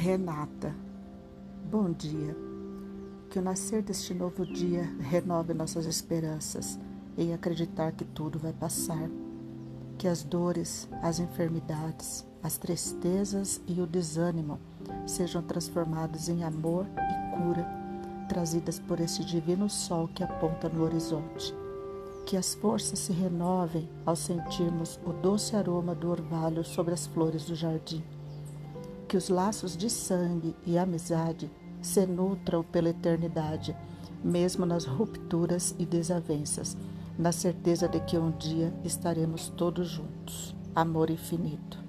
Renata, bom dia. Que o nascer deste novo dia renove nossas esperanças em acreditar que tudo vai passar. Que as dores, as enfermidades, as tristezas e o desânimo sejam transformados em amor e cura, trazidas por este divino sol que aponta no horizonte. Que as forças se renovem ao sentirmos o doce aroma do orvalho sobre as flores do jardim. Que os laços de sangue e amizade se nutram pela eternidade, mesmo nas rupturas e desavenças, na certeza de que um dia estaremos todos juntos. Amor infinito.